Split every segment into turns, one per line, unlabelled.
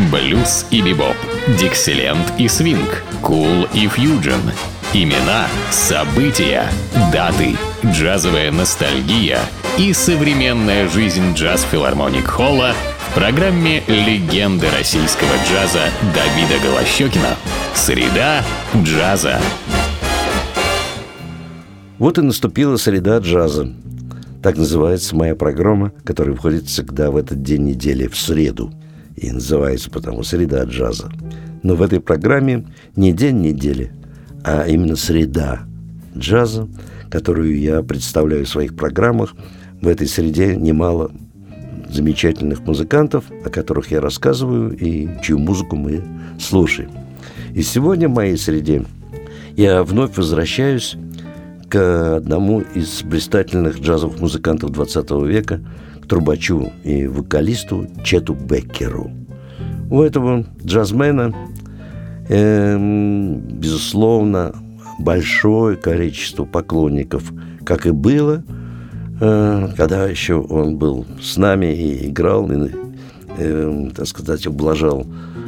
Блюз и бибоп, диксиленд и свинг, кул и фьюджен. Имена, события, даты, джазовая ностальгия и современная жизнь джаз-филармоник Холла в программе «Легенды российского джаза» Давида Голощёкина. Среда джаза.
Вот и наступила среда джаза. Так называется моя программа, которая выходит всегда в этот день недели, в среду. И называется потому «Среда джаза». Но в этой программе не день недели, а именно среда джаза, которую я представляю в своих программах. В этой среде немало замечательных музыкантов, о которых я рассказываю и чью музыку мы слушаем. И сегодня в моей среде я вновь возвращаюсь к одному из блистательных джазовых музыкантов 20 века, к трубачу и вокалисту Чету Беккеру. У этого джазмена, безусловно, большое количество поклонников, как и было, когда еще он был с нами и играл, и, так сказать, ублажал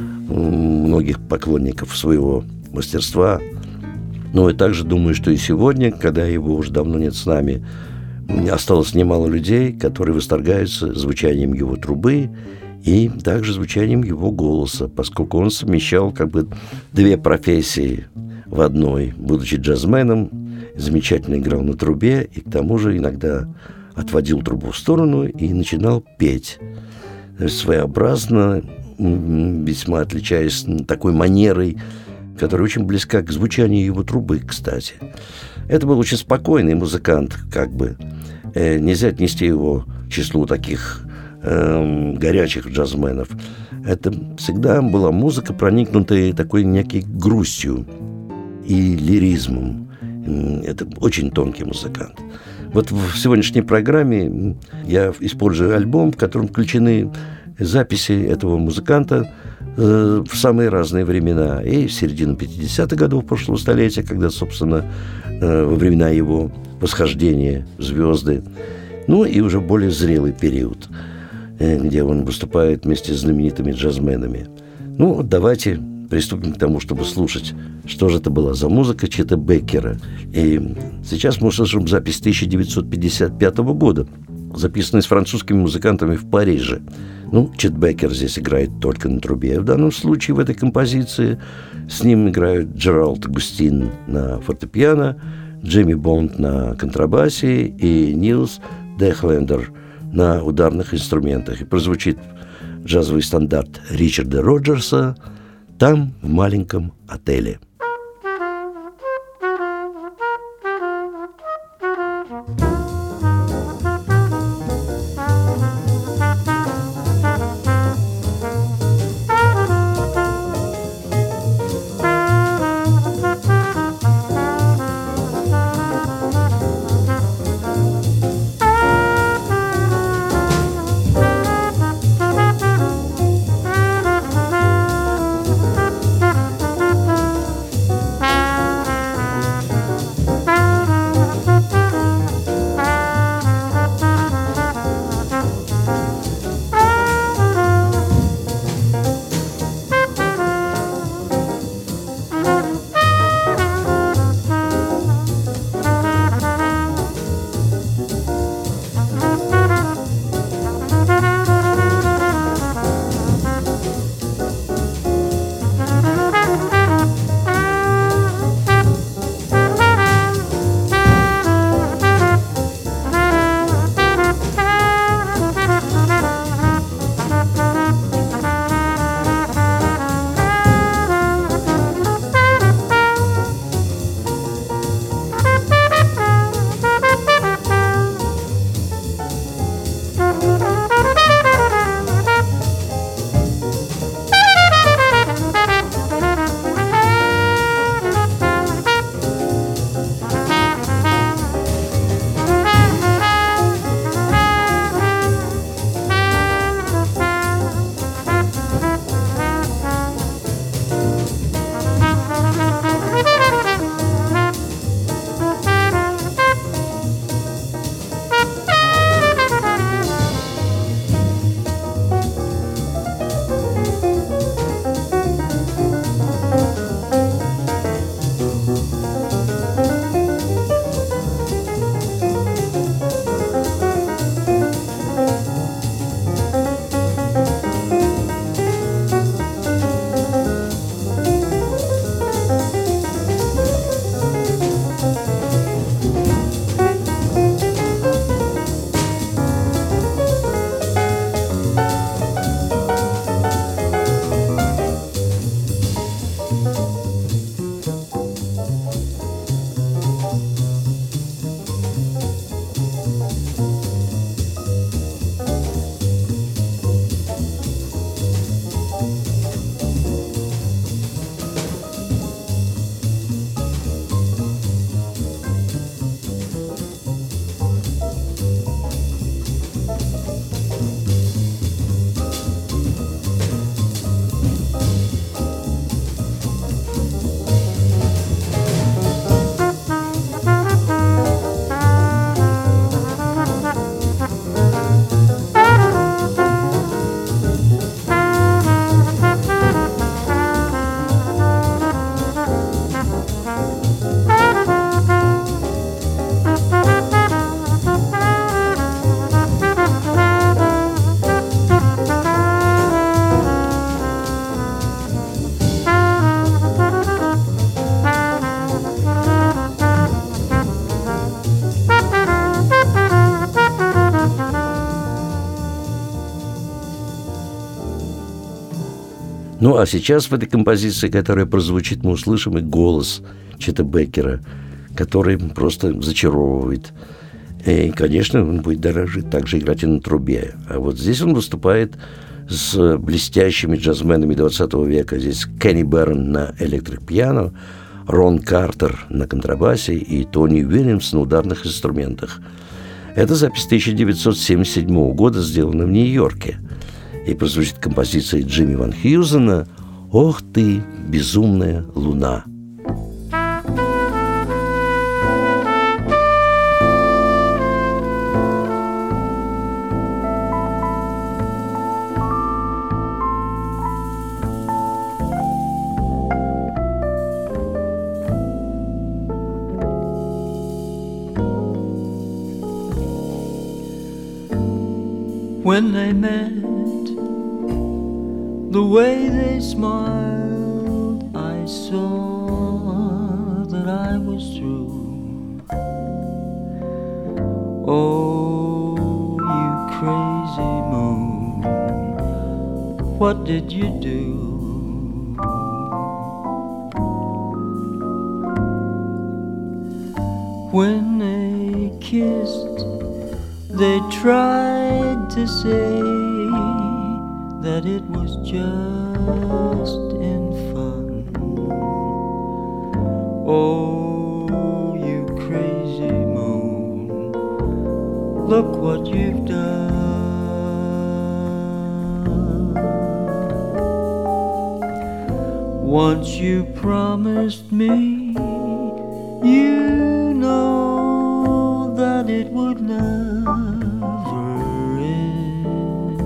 многих поклонников своего мастерства. Но и также думаю, что и сегодня, когда его уже давно нет с нами, осталось немало людей, которые восторгаются звучанием его трубы и также звучанием его голоса, поскольку он совмещал как бы две профессии в одной. Будучи джазменом, замечательно играл на трубе и к тому же иногда отводил трубу в сторону и начинал петь. То есть своеобразно, весьма отличаясь такой манерой, которая очень близка к звучанию его трубы, кстати. Это был очень спокойный музыкант, как бы. Нельзя отнести его к числу таких горячих джазменов. Это всегда была музыка, проникнутая такой некой грустью и лиризмом. Это очень тонкий музыкант. Вот в сегодняшней программе я использую альбом, в котором включены записи этого музыканта в самые разные времена. И в середину 50-х годов прошлого столетия, когда, собственно, во времена его восхождения в звезды. Ну и уже более зрелый период, где он выступает вместе с знаменитыми джазменами. Ну, вот давайте приступим к тому, чтобы слушать, что же это была за музыка Чета Беккера. И сейчас мы услышим запись 1955 года, записанную с французскими музыкантами в Париже. Ну, Чет Беккер здесь играет только на трубе. В данном случае в этой композиции с ним играют Джеральд Агустин на фортепиано, Джимми Бонд на контрабасе и Нилс Дехлендер на ударных инструментах. И прозвучит джазовый стандарт Ричарда Роджерса «Там, в маленьком отеле». Ну, а сейчас в этой композиции, которая прозвучит, мы услышим и голос Чета Беккера, который просто зачаровывает. И, конечно, он будет также играть и на трубе. А вот здесь он выступает с блестящими джазменами 20 века. Здесь Кенни Берн на электрик-пиано, Рон Картер на контрабасе и Тони Уильямс на ударных инструментах. Это запись 1977 года, сделана в Нью-Йорке. И прозвучит композиция Джимми Ван Хьюзена «Ох ты, безумная луна».
When they met, the way they smiled, I saw that I was through. Oh, you crazy moon, what did you do? When they kissed, they tried to say that it was just in fun. Oh, you crazy moon, look what you've done. Once you promised me, you know that it would never end.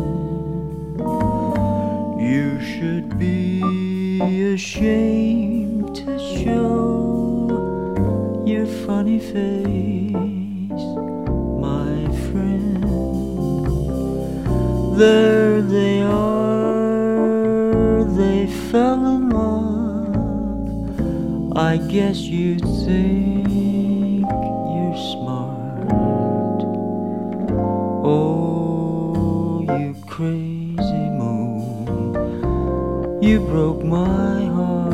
You should be ashamed to show your funny face, my friend. There they are, they fell in love. I guess you think you're smart. Oh, you crazy moon, you broke my heart.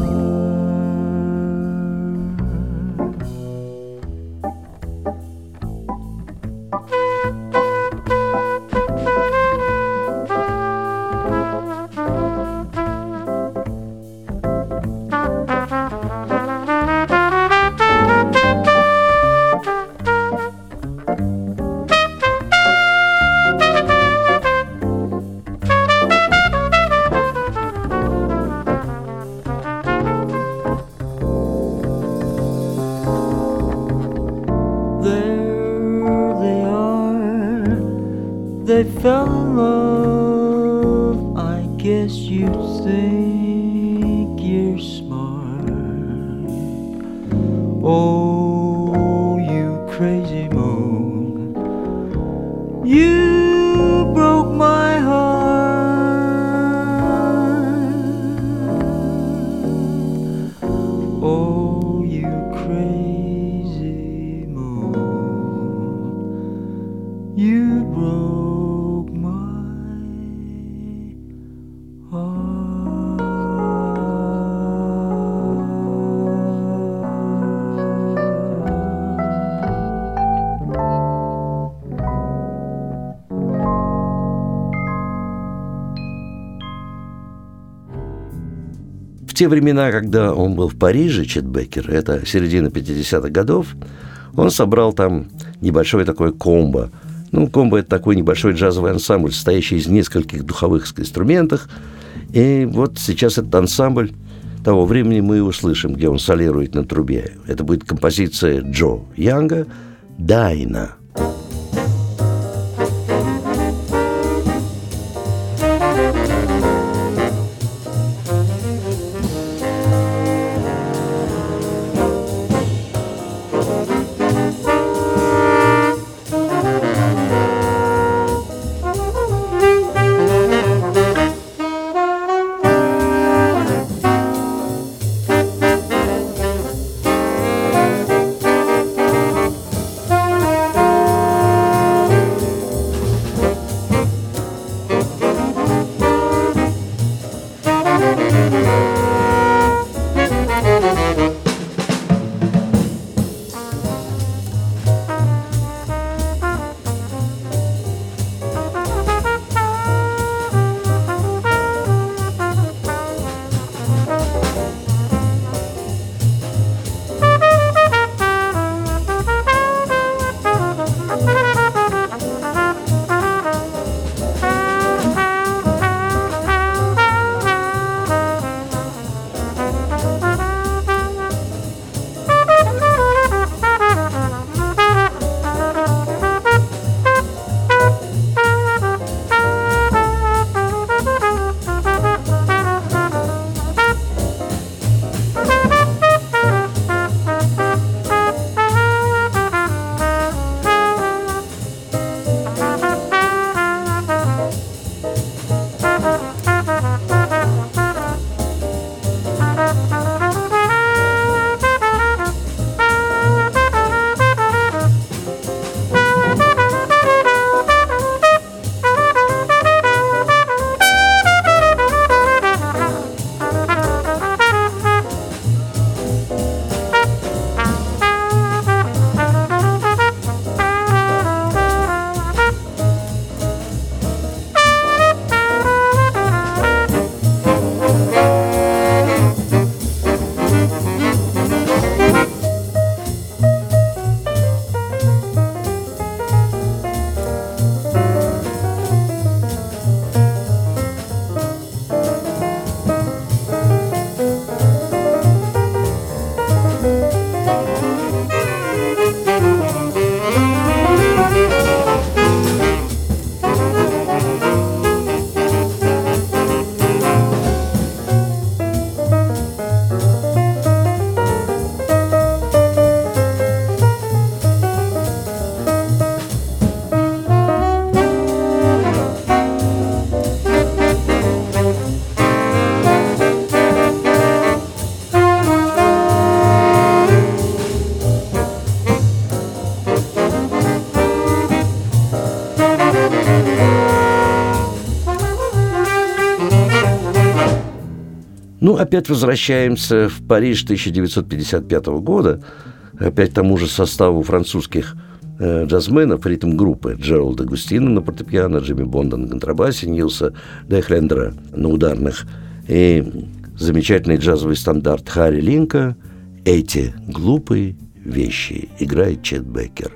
They fell in love. I guess you think you're smart. Oh, you crazy moon, you broke my heart. Oh, you crazy moon, you broke
В те времена, когда он был в Париже, Чет Беккер, это середина 50-х годов, он собрал там небольшой такой комбо. Ну, комбо – это такой небольшой джазовый ансамбль, состоящий из нескольких духовых инструментов. И вот сейчас этот ансамбль того времени мы услышим, где он солирует на трубе. Это будет композиция Джо Янга «Дайна». опять возвращаемся в Париж 1955 года, опять тому же составу французских джазменов, ритм-группы Джералда Густина на фортепиано, Джимми Бонда на контрабасе, Нилса Дехлендера на ударных и замечательный джазовый стандарт Харри Линка «Эти глупые вещи» играет Чет Беккер.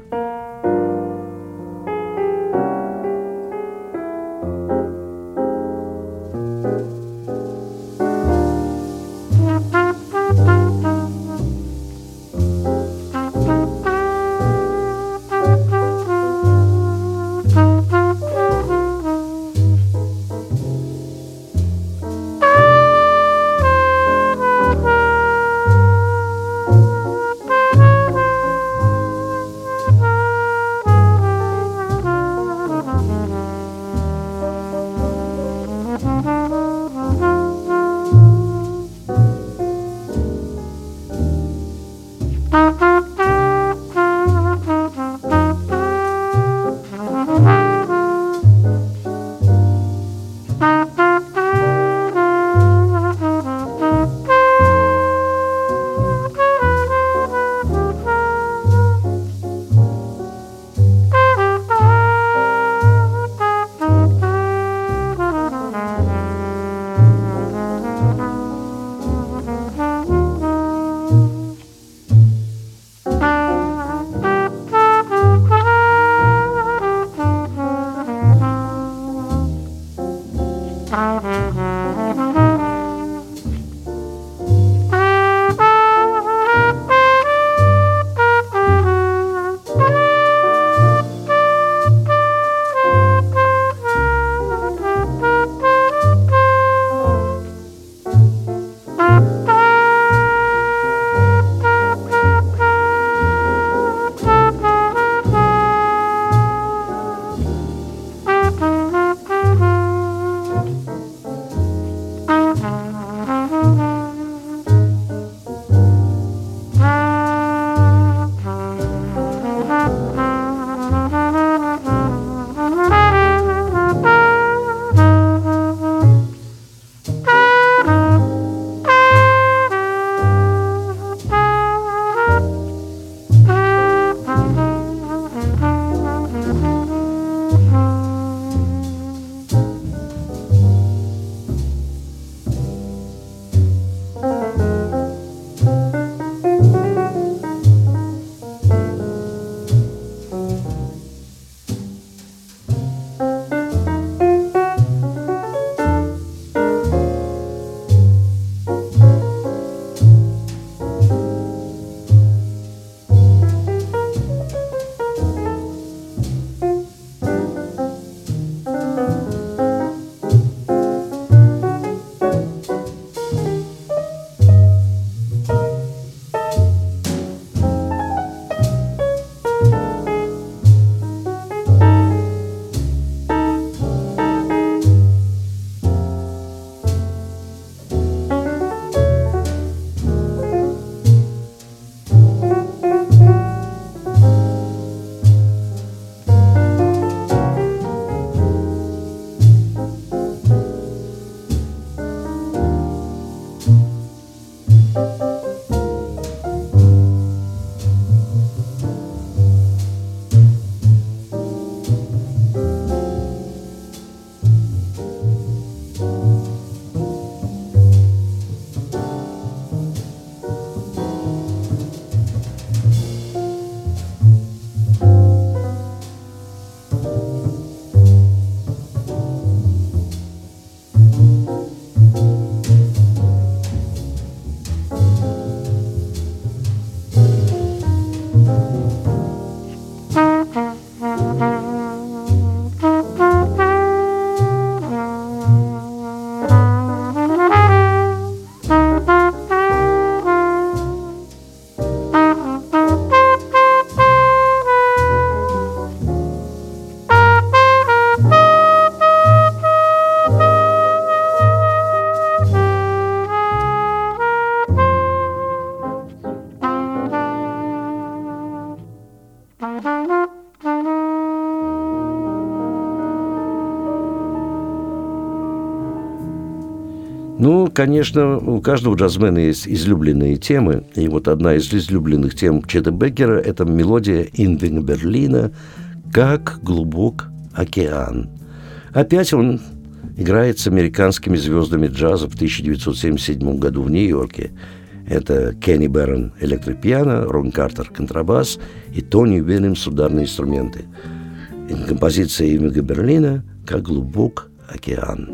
Ну, конечно, у каждого джазмена есть излюбленные темы. И вот одна из излюбленных тем Чета Беккера – это мелодия «Инвинга Берлина» «Как глубок океан». Опять он играет с американскими звездами джаза в 1977 году в Нью-Йорке. Это Кенни Беррон – электропиано, Рон Картер – контрабас и Тони Уильямс – ударные инструменты. Композиция Инвинга Берлина «Как глубок океан».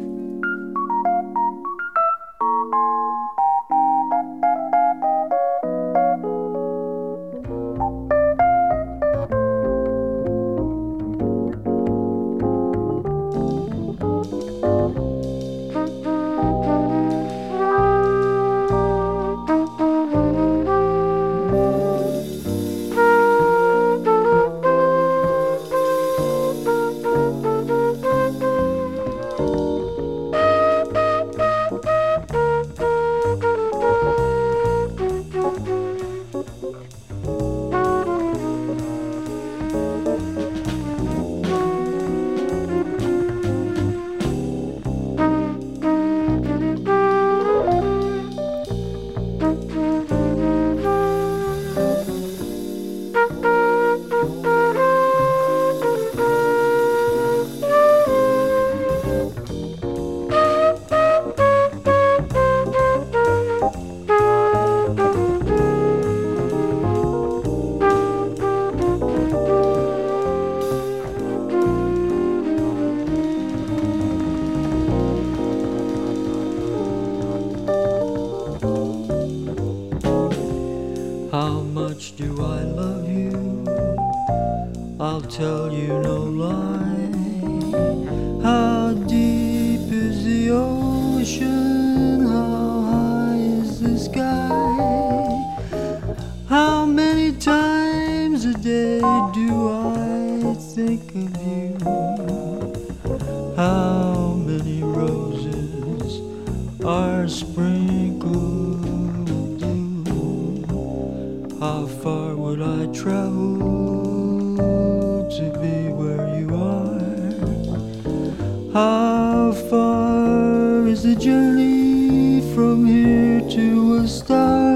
How much do I love you? I'll tell you no lie. How deep is the ocean? How high is the sky? How many times a day do I think of you? How many roses are sprinkled with dew? How far would I travel to be where you are? How far is the journey from here to a star?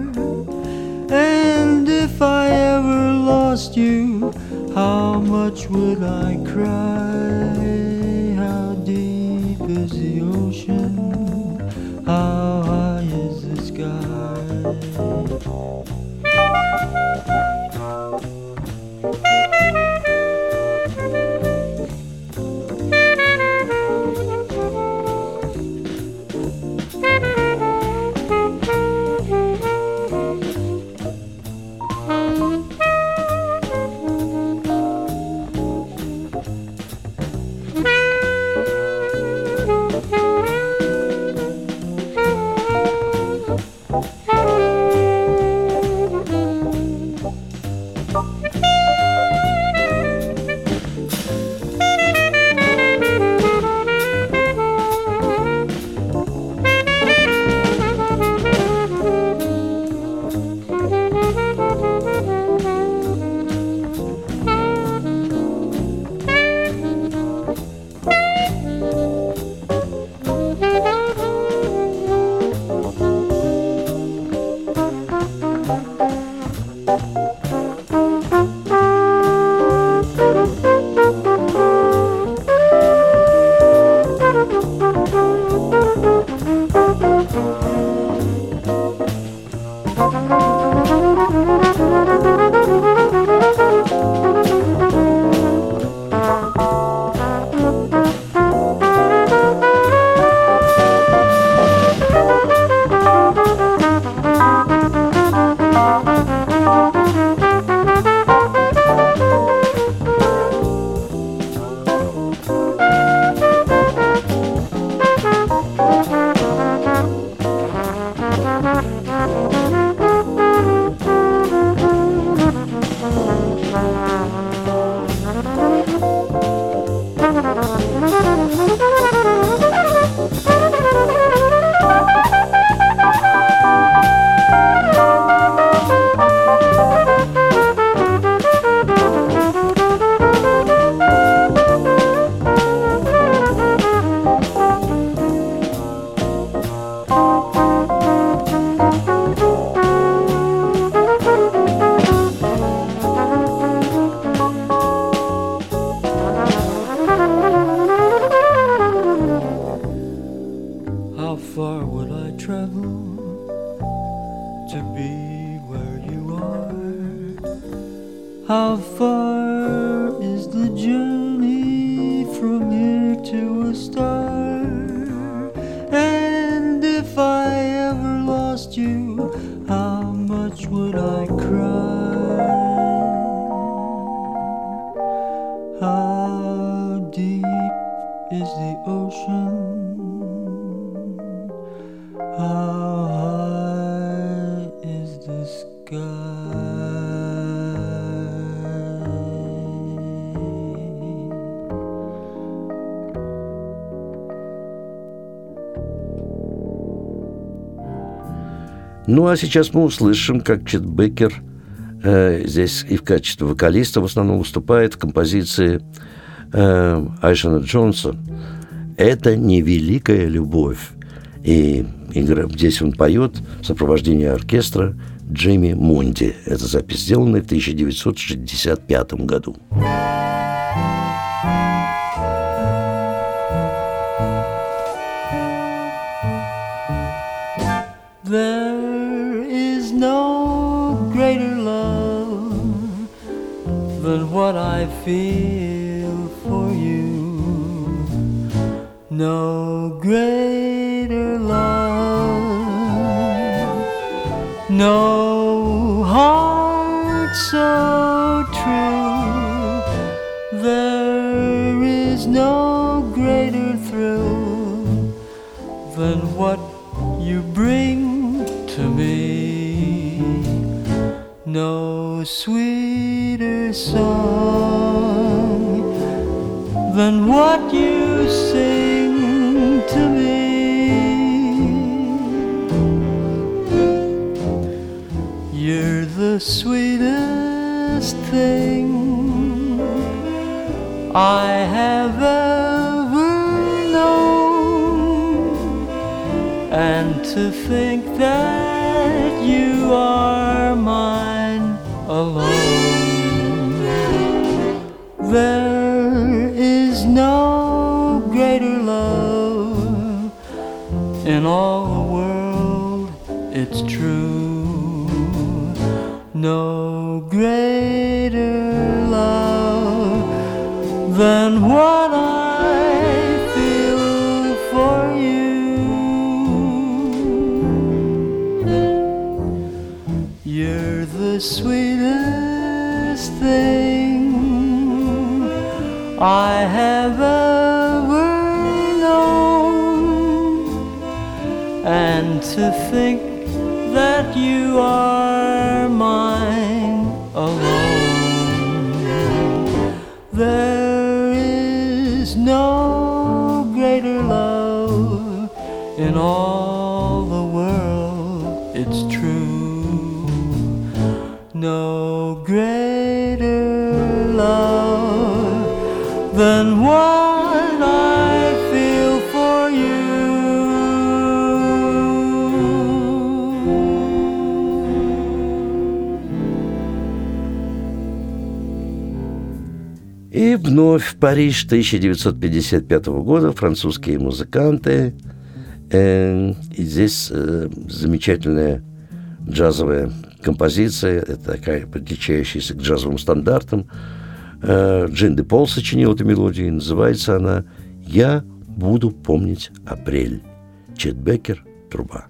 And if I ever lost you, how much would I cry? How deep is the ocean? How high is the sky? How far is the journey from here to a star? And if I ever lost you, how much would I cry? How deep is the ocean? How high is the sky?
Ну, а сейчас мы услышим, как Чет Беккер здесь и в качестве вокалиста в основном выступает в композиции Айшена Джонса. Это не великая любовь. И здесь он поет в сопровождении оркестра Джимми Мунди. Эта запись сделана в 1965 году.
There is no greater love than what I feel for you. No greater love, no heart so true. There is no greater thrill than what you bring to me. No sweeter song than what you sing to me. You're the sweetest thing I have ever known, and to think that you are mine alone. There is no greater love in all the world, it's true. No greater love than what I feel for you. You're the sweetest thing I have ever known, and to think that you are mine alone. There is no greater love in all the world, it's true. No greater love than what I feel for you.
И вновь в Париж 1955 года французские музыканты. И здесь замечательная джазовая композиция, это такая, отличающаяся к джазовым стандартам. Джин де Пол сочинил эту мелодию, называется она «Я буду помнить апрель». Чет Беккер, труба.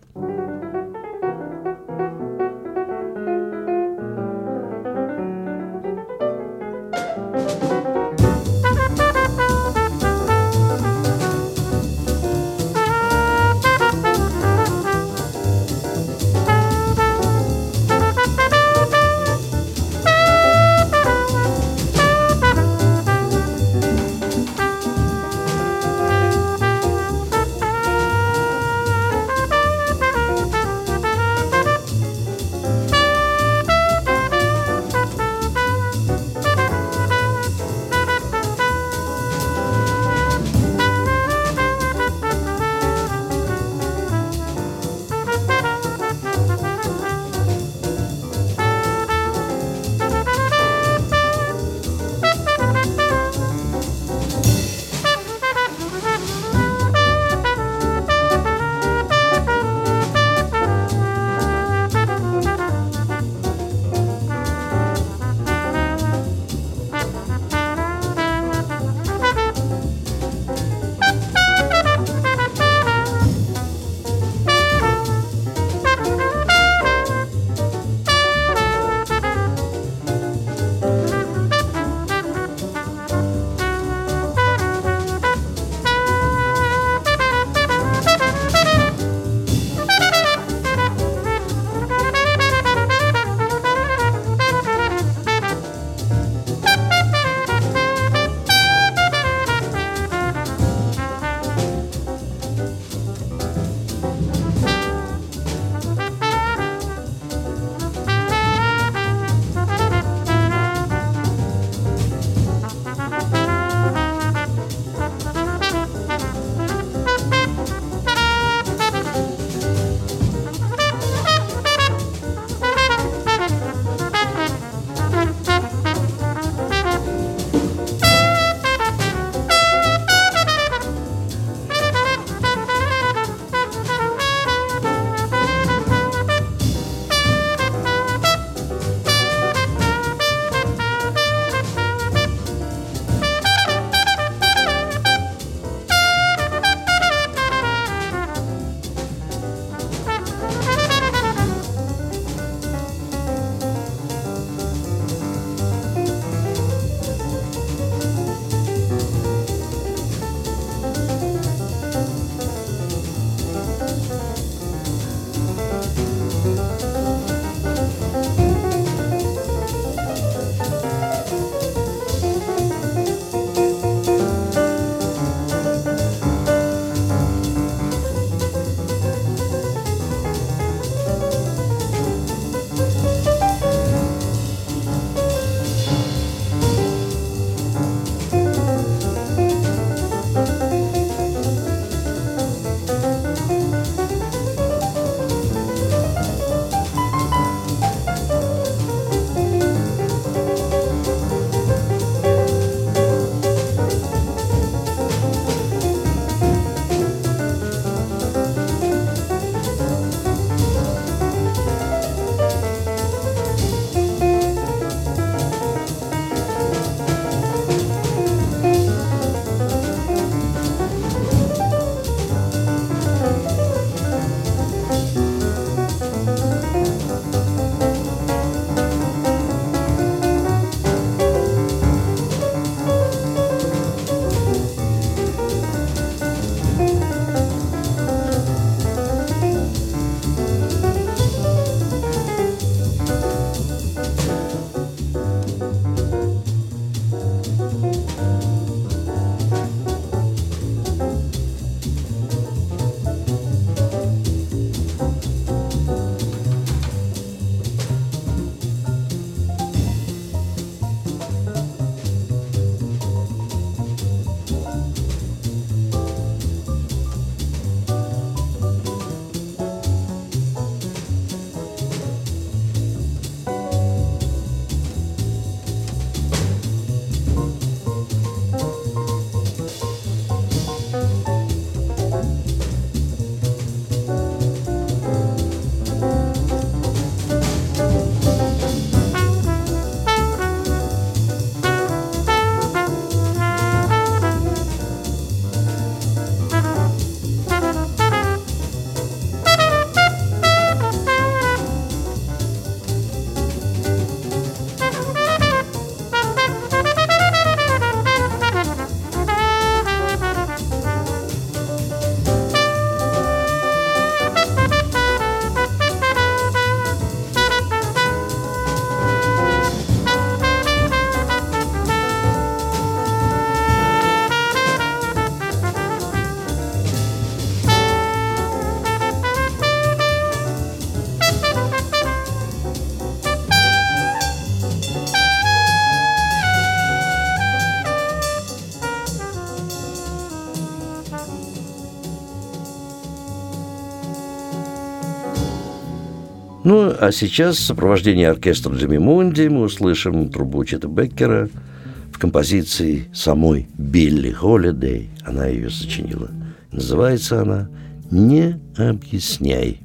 Ну, а сейчас в сопровождении оркестра Джимми Мунди мы услышим трубу Чета Беккера в композиции самой Билли Холидей. Она ее сочинила. Называется она «Не объясняй».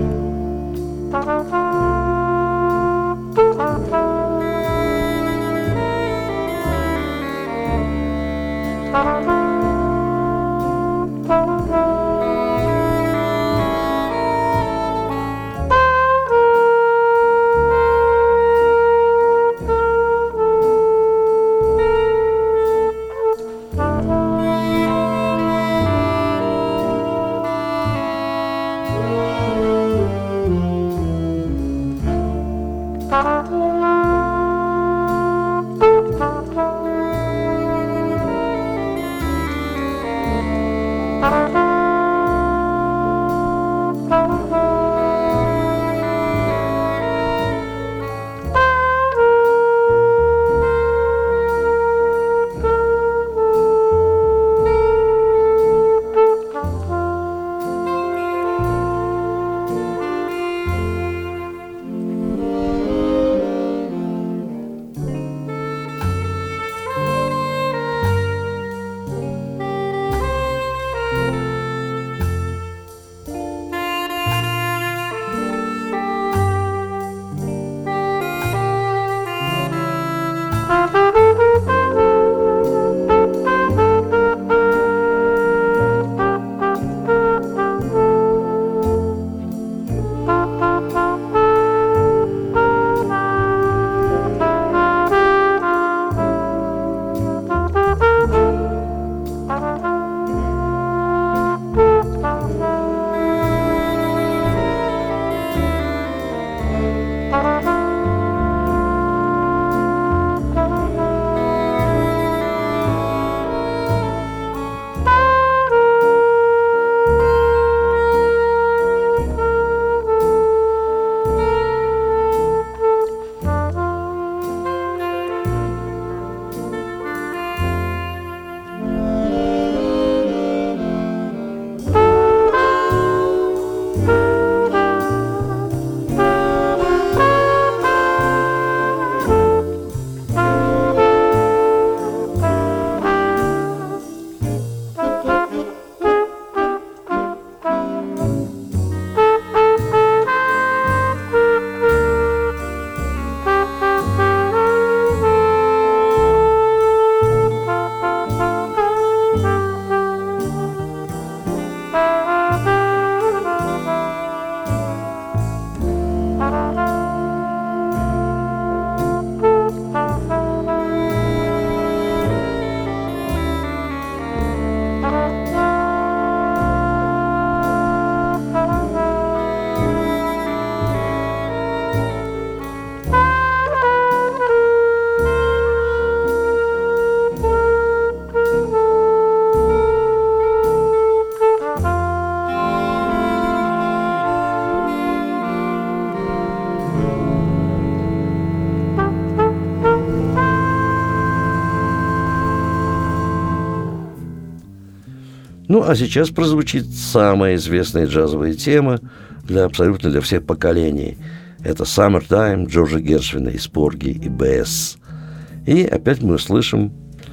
Ну, а сейчас прозвучит самая известная джазовая тема абсолютно для всех поколений. Это «Summertime» Джорджа Гершвина из «Порги» и «Бесс». И опять мы услышим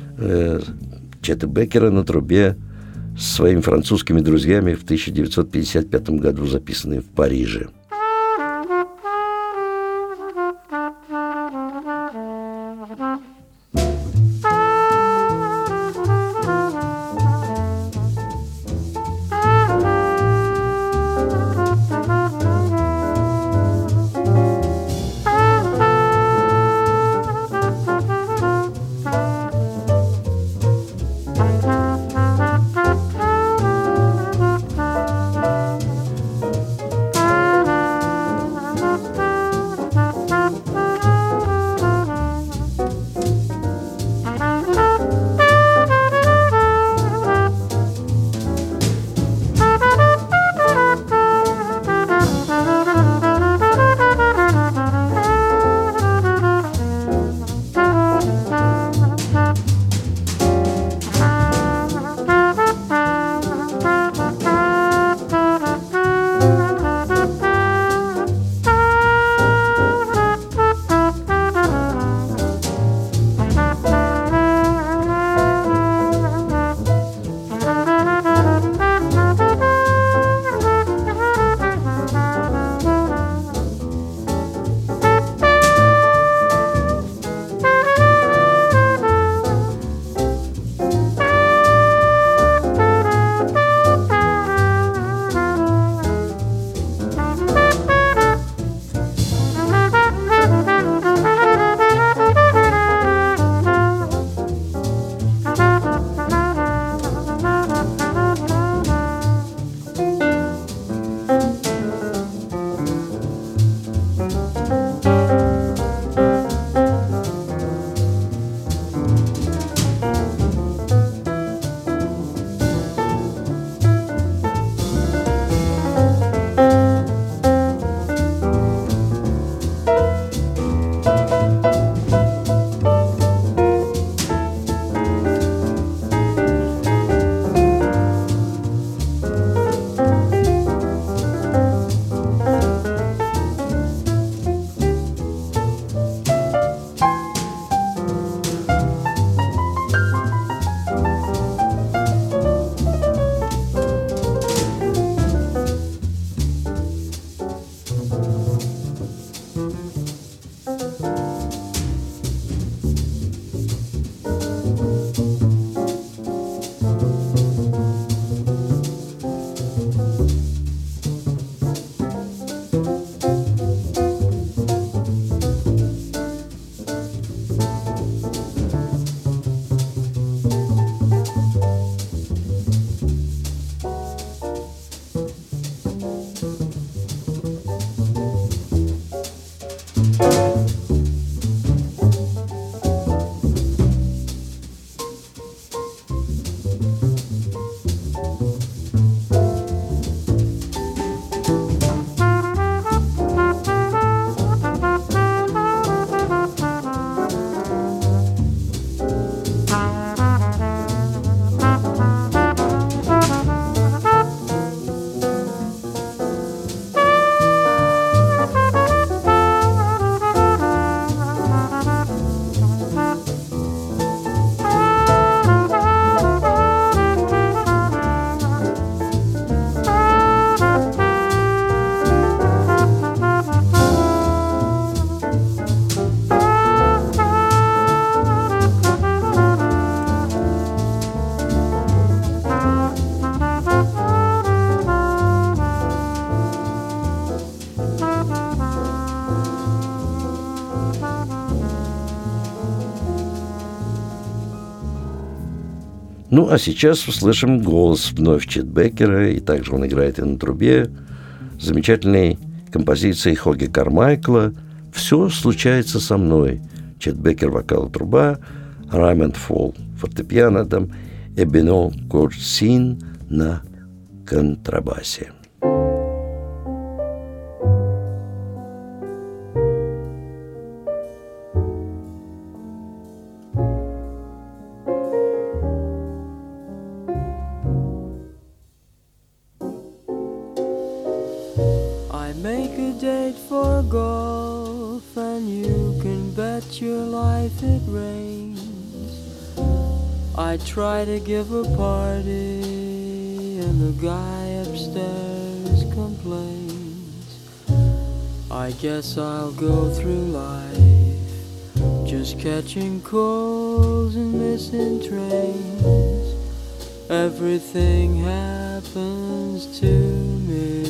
Чета Беккера на трубе с своими французскими друзьями в 1955 году, записанный в Париже. Ну, а сейчас услышим голос вновь Чет Беккера, и также он играет и на трубе. Замечательной композиции Хоги Кармайкла «Все случается со мной». Чет Беккер, вокал, труба, Раймонд Фолл, фортепиано, там Эбино Корсин на контрабасе.
Make a date for golf, and you can bet your life it rains. I try to give a party, and the guy upstairs complains. I guess I'll go through life just catching calls and missing trains. Everything happens to me.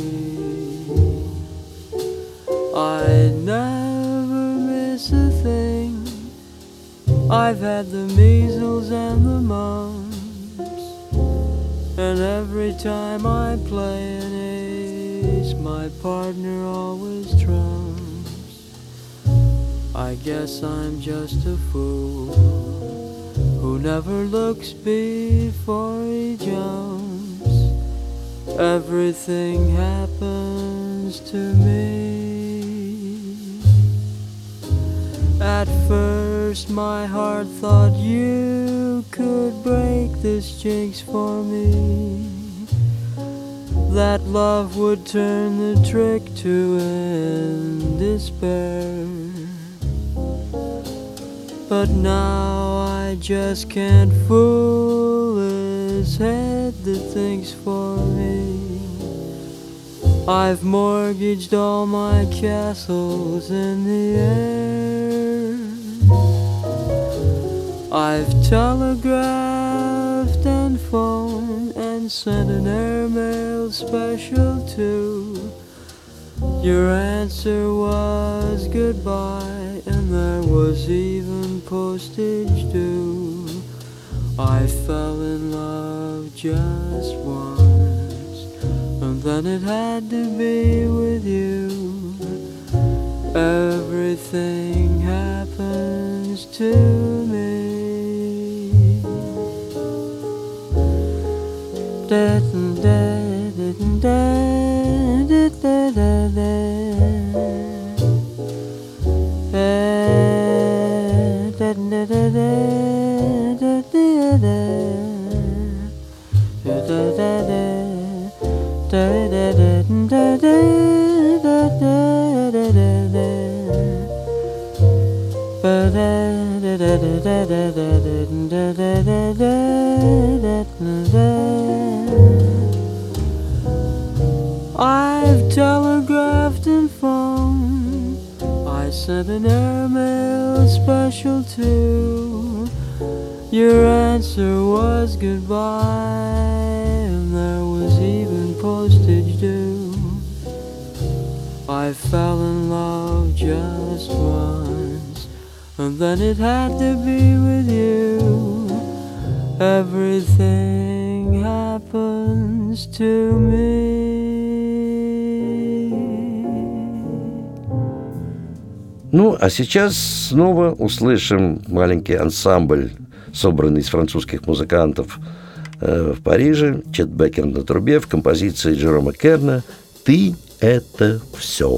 I never miss a thing. I've had the measles and the mumps, and every time I play an ace, my partner always trumps. I guess I'm just a fool who never looks before he jumps. Everything happens to me. At first my heart thought you could break this jinx for me, that love would turn the trick to end despair. But now I just can't fool his head that thinks for me. I've mortgaged all my castles in the air. I've telegraphed and phoned and sent an airmail special too. Your answer was goodbye, and there was even postage due. I fell in love just once, and then it had to be with you. Everything happens to me. I've telegraphed and phoned, I sent an airmail special too. Your answer was goodbye, and there was even postage due. I fell in love just once, and then it had to be with you. Everything happens to me.
Ну, а сейчас снова услышим маленький ансамбль, собранный из французских музыкантов в Париже. Чет Беккер на трубе в композиции Джерома Керна «Ты – это все».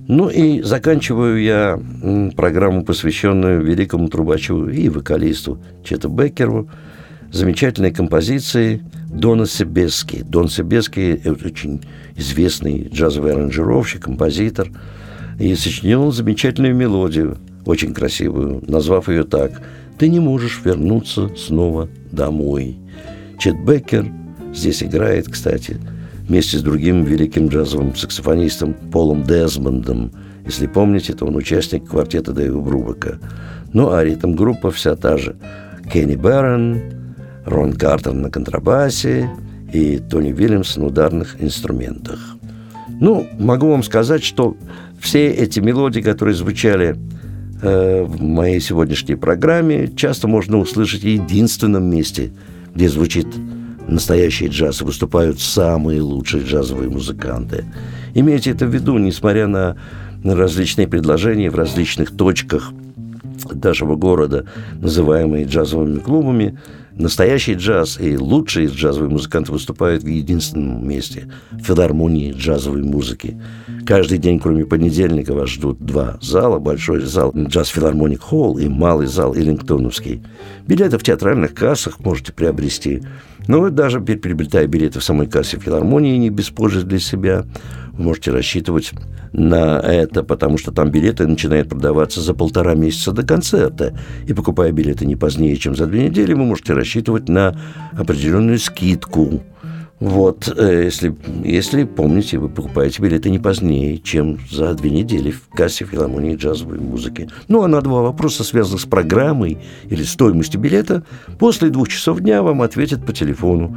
Ну и заканчиваю я программу, посвященную великому трубачу и вокалисту Чету Беккеру, замечательной композицией Дона Себески. Дон Себески – это очень известный джазовый аранжировщик, композитор, и сочинил он замечательную мелодию, очень красивую, назвав ее так: «Ты не можешь вернуться снова домой». Чет Беккер здесь играет, кстати, вместе с другим великим джазовым саксофонистом Полом Дезмондом. Если помните, то он участник квартета Дэйва Брубака. Ну, а ритм-группа вся та же. Кенни Беррон, Рон Картер на контрабасе и Тони Уильямс на ударных инструментах. Ну, могу вам сказать, что все эти мелодии, которые звучали в моей сегодняшней программе, часто можно услышать в единственном месте, где звучит настоящий джаз, и выступают самые лучшие джазовые музыканты. Имейте это в виду, несмотря на различные предложения в различных точках нашего города, называемые джазовыми клубами, настоящий джаз и лучшие джазовые музыканты выступают в единственном месте – в филармонии джазовой музыки. Каждый день, кроме понедельника, вас ждут два зала: большой зал Джаз Филармоник Холл и малый зал Иллингтоновский. Билеты в театральных кассах можете приобрести. Но даже приобретая билеты в самой кассе филармонии не без пользы для себя, вы можете рассчитывать на это, потому что там билеты начинают продаваться за 1,5 месяца до концерта. И покупая билеты не позднее, чем за 2 недели, вы можете рассчитывать на определенную скидку. Вот, если помните, вы покупаете билеты не позднее, чем за 2 недели в кассе филармонии джазовой музыки. Ну, а на 2 вопроса, связанных с программой или стоимостью билета, после 2 часов дня вам ответят по телефону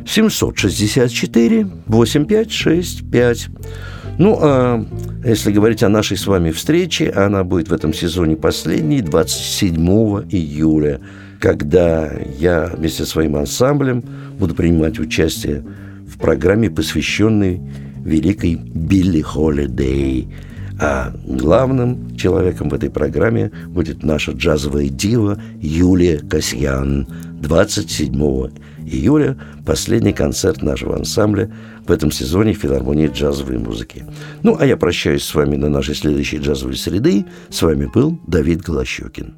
764-8565. Ну, а если говорить о нашей с вами встрече, она будет в этом сезоне последней, 27 июля, когда я вместе со своим ансамблем буду принимать участие в программе, посвященной великой Билли Холидей. А главным человеком в этой программе будет наша джазовая дива Юлия Касьян. 27 июля последний концерт нашего ансамбля в этом сезоне в филармонии джазовой музыки. Ну, а я прощаюсь с вами до нашей следующей джазовой среды. С вами был Давид Голощёкин.